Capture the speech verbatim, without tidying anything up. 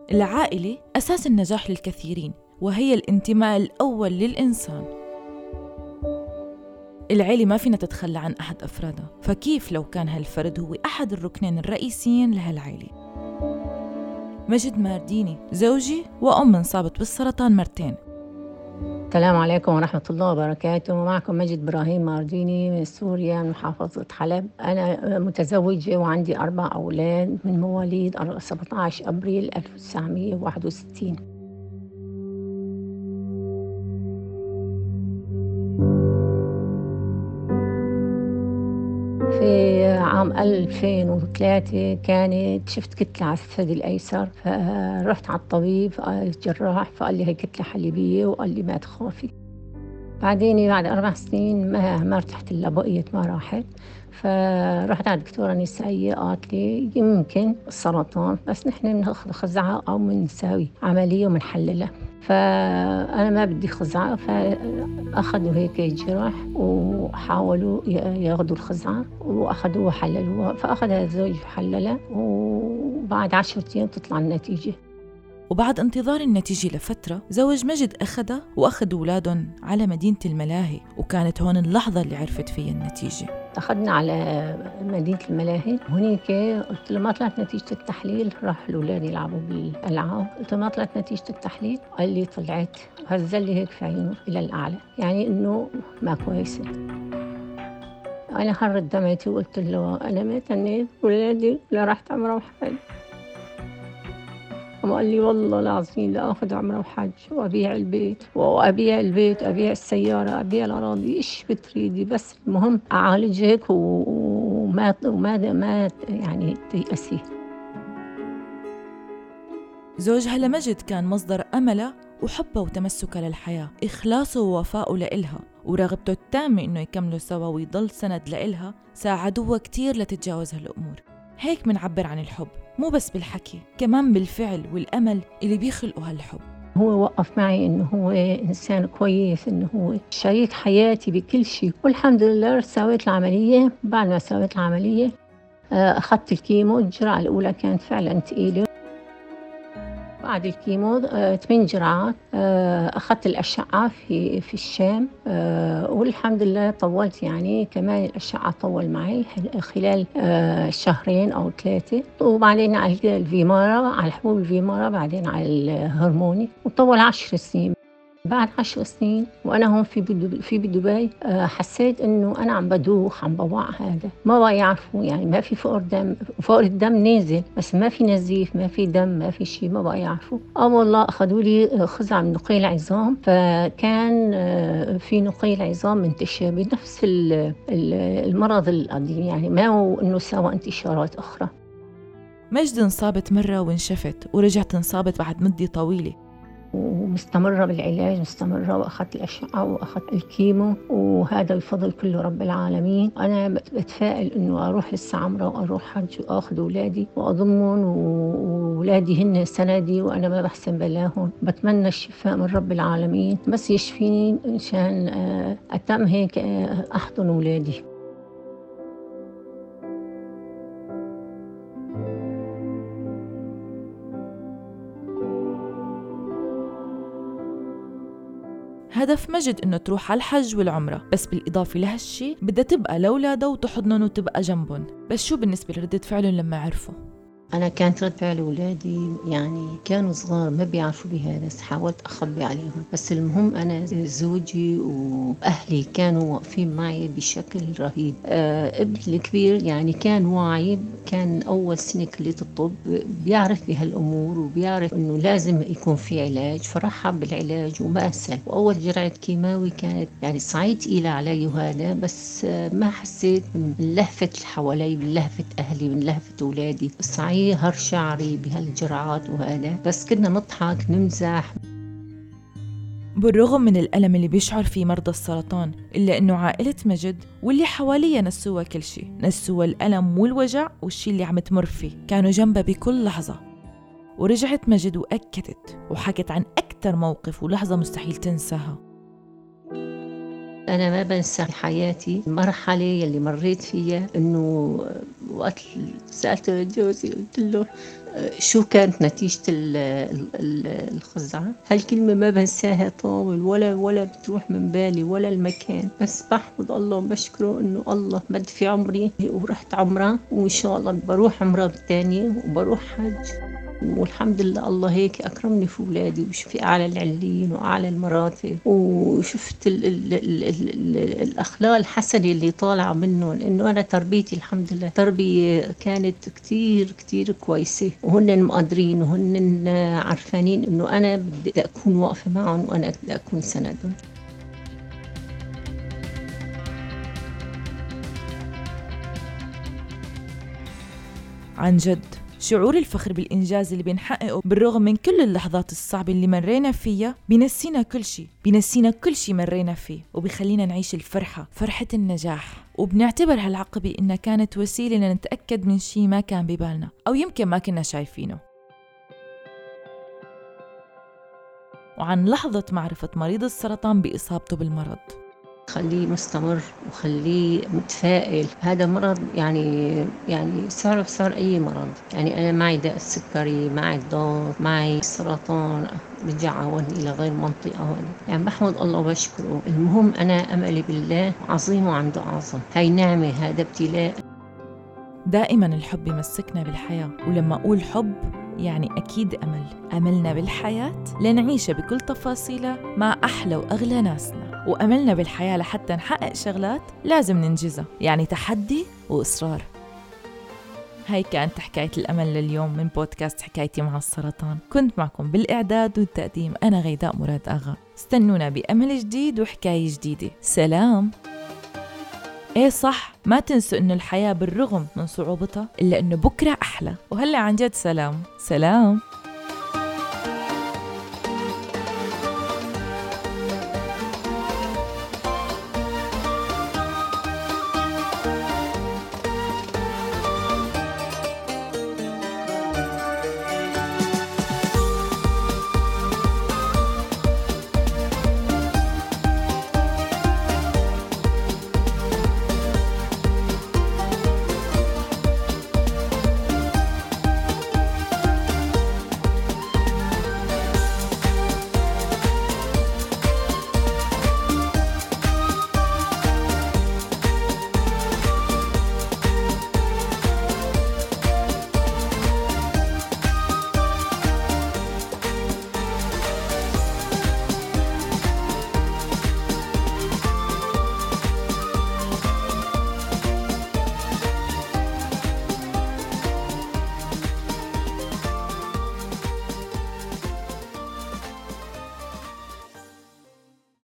العائلة أساس النجاح للكثيرين، وهي الانتماء الأول للإنسان. العيلة ما فينا تتخلى عن أحد أفرادها، فكيف لو كان هالفرد هو أحد الركنين الرئيسيين لهالعيلة؟ مجد مارديني زوجي وأم انصابت بالسرطان مرتين. السلام عليكم ورحمة الله وبركاته. معكم مجد إبراهيم مارديني من سوريا، من محافظة حلب. أنا متزوجة وعندي أربع أولاد من مواليد سبعة عشر أبريل ألف وتسعمية وواحد وستين. في عام ألفين وثلاثة كانت شفت كتلة على الثدي الأيسر، فرحت على الطبيب الجراح فقال لي هي كتلة حليبية وقال لي ما تخافي. بعدين بعد أربع سنين ما ما ارتحت إلا بقية مراحل، فرحت على دكتورة نسائية قالت لي يمكن السرطان، بس نحن بناخذ خزعة أو بنساوي عملية وبنحللها. فأنا ما بدي خزعة، فأخذوا هيك جراح وحاولوا ياخذوا الخزعة وأخذوها وحللوها، فأخذها الزوج وحللها، وبعد عشرة أيام تطلع النتيجة. وبعد انتظار النتيجة لفترة، زوج مجد أخذها وأخذ أولادهم على مدينة الملاهي، وكانت هون اللحظة اللي عرفت فيها النتيجة. أخذنا على مدينة الملاهي، وهنيك قلت له ما طلعت نتيجة التحليل، راح الأولاد يلعبوا بالألعاب، قلت له ما طلعت نتيجة التحليل، قال لي طلعت، هزل لي هيك في عينه إلى الأعلى، يعني إنه ما كويسة. أنا خرت دمعتي وقلت له أنا ما تنيت أولادي لا رحت عمره وحج. وقال لي والله العظيم لا أخذ عمره وحج وأبيع البيت وأبيع البيت أبيع السيارة أبيع الأراضي، إيش بتريدي بس المهم أعالجك وما وما ما يعني تيأسي. زوجها لمجد كان مصدر أمله وحبه وتمسكه للحياة، إخلاصه ووفائه لإلها ورغبته التامة إنه يكملوا سوا ويضل سند لإلها ساعدوها كتير لتتجاوز هالأمور. هيك منعبر عن الحب مو بس بالحكي، كمان بالفعل والأمل اللي بيخلقوا هالحب. هو وقف معي إنه هو إنسان كويس، إنه هو شريك حياتي بكل شيء، والحمد لله سويت العملية. بعد ما سويت العملية أخذت الكيمو، الجرعة الأولى كانت فعلا ثقيلة. بعد الكيمو ثمان جرعات، أخذت الأشعة في في الشام، والحمد لله طولت، يعني كمان الأشعة طول معي خلال شهرين أو ثلاثة، وبعدين على الفيمارا، على حبوب الفيمارا، بعدين على الهرموني، وطول عشر سنين. بعد عشر سنين وأنا هون في بدو في بدبي، حسيت إنه أنا عم بدوخ، عم بوع، هذا ما بقى يعرفوا، يعني ما في فقر دم، فقر الدم نازل بس ما في نزيف، ما في دم، ما في شيء، ما بقى يعرفوا. آه والله أخذوا لي خزعة من نقي العظام، فكان في نقي العظام منتشر بنفس المرض القديم، يعني ما هو إنه سوى انتشارات أخرى. مجد انصابت مرة وانشفت، ورجعت انصابت بعد مدة طويلة، ومستمرة بالعلاج، مستمرة، وأخذت الأشعة وأخذت الكيمو، وهذا بفضل كله رب العالمين. أنا بتفائل إنه أروح لسه عمرة وأروح حج وأخذ أولادي وأضمهم، وأولادي هن سندي وأنا ما بحسن بلاهم. بتمنى الشفاء من رب العالمين، بس يشفيني إنشان أتم هيك أحضن أولادي. هدف مجد إنه تروح على الحج والعمرة، بس بالإضافة لهالشي بدها تبقى لأولادها وتحضنهم وتبقى جنبهم. بس شو بالنسبة لردة فعلهم لما عرفوا؟ أنا كانت رد فعل أولادي يعني كانوا صغار ما بيعرفوا بهذا، حاولت أخبي عليهم، بس المهم أنا زوجي وأهلي كانوا واقفين معي بشكل رهيب. آه ابني الكبير يعني كان واعي، كان أول سنة كلية الطب، بيعرف بهالأمور وبيعرف إنه لازم يكون في علاج، فرحب بالعلاج وما أسأل. وأول جرعة كيماوي كانت يعني صعيد تقيلة علي وهذا، بس آه ما حسيت من لهفة اللي حوالي، من لهفة أهلي، من لهفة أولادي. صعيد هر شعري بهالجرعات وهذا، بس كنا نضحك نمزح. بالرغم من الألم اللي بيشعر فيه مرضى السرطان، إلا إنه عائلة مجد واللي حواليها نسوا كل شيء، نسوا الألم والوجع والشي اللي عم تمر فيه، كانوا جنبها بكل لحظة. ورجعت مجد وأكدت وحكت عن أكتر موقف ولحظة مستحيل تنساها. أنا ما بنسى حياتي المرحلة يلي مريت فيها، إنه وقت سألت جوزي قلت له شو كانت نتيجة الخزعة. هالكلمة ما بنساها طول، ولا ولا بتروح من بالي ولا المكان، بس بحمد الله وبشكره إنه الله مد في عمري ورحت عمرة، وإن شاء الله بروح عمرة بالتانية وبروح حج، والحمد لله الله هيك أكرمني في أولادي، وفي أعلى العليين وأعلى المراتب، وشفت ال ال ال ال ال الأخلاق الحسنة اللي طالعة منهم. إنه أنا تربيتي الحمد لله تربية كانت كتير كتير كويسة، وهن مقدرين وهن عارفانين إنه أنا بدي أكون واقفة معهم وأنا بدي أكون سندهم. عن جد شعور الفخر بالإنجاز اللي بنحققه بالرغم من كل اللحظات الصعبة اللي مرينا فيها بينسينا كل شيء، بينسينا كل شيء مرينا فيه، وبيخلينا نعيش الفرحة، فرحة النجاح. وبنعتبر هالعقبة إنها كانت وسيلة لنتأكد من شيء ما كان ببالنا أو يمكن ما كنا شايفينه. وعن لحظة معرفة مريض السرطان بإصابته بالمرض، خليه مستمر وخليه متفائل. هذا مرض يعني يعني صار صار أي مرض. يعني أنا معي داء السكري، معي الضغط، معي السرطان، رجع هون إلى غير منطقة هون. يعني بحمد الله وبشكره. المهم أنا أملي بالله عظيم وعنده أعظم. هاي نعمة، هذا ابتلاء. دائما الحب يمسكنا بالحياة، ولما أقول حب يعني أكيد أمل. أملنا بالحياة لنعيش بكل تفاصيلها مع أحلى وأغلى ناسنا، وأملنا بالحياة لحتى نحقق شغلات لازم ننجزها، يعني تحدي وإصرار. هاي كانت حكاية الأمل لليوم من بودكاست حكايتي مع السرطان. كنت معكم بالإعداد والتقديم أنا غيداء مراد آغا. استنونا بأمل جديد وحكاية جديدة. سلام. ايه صح، ما تنسوا انه الحياة بالرغم من صعوبتها إلا انه بكرة أحلى. وهلأ عن جد سلام. سلام.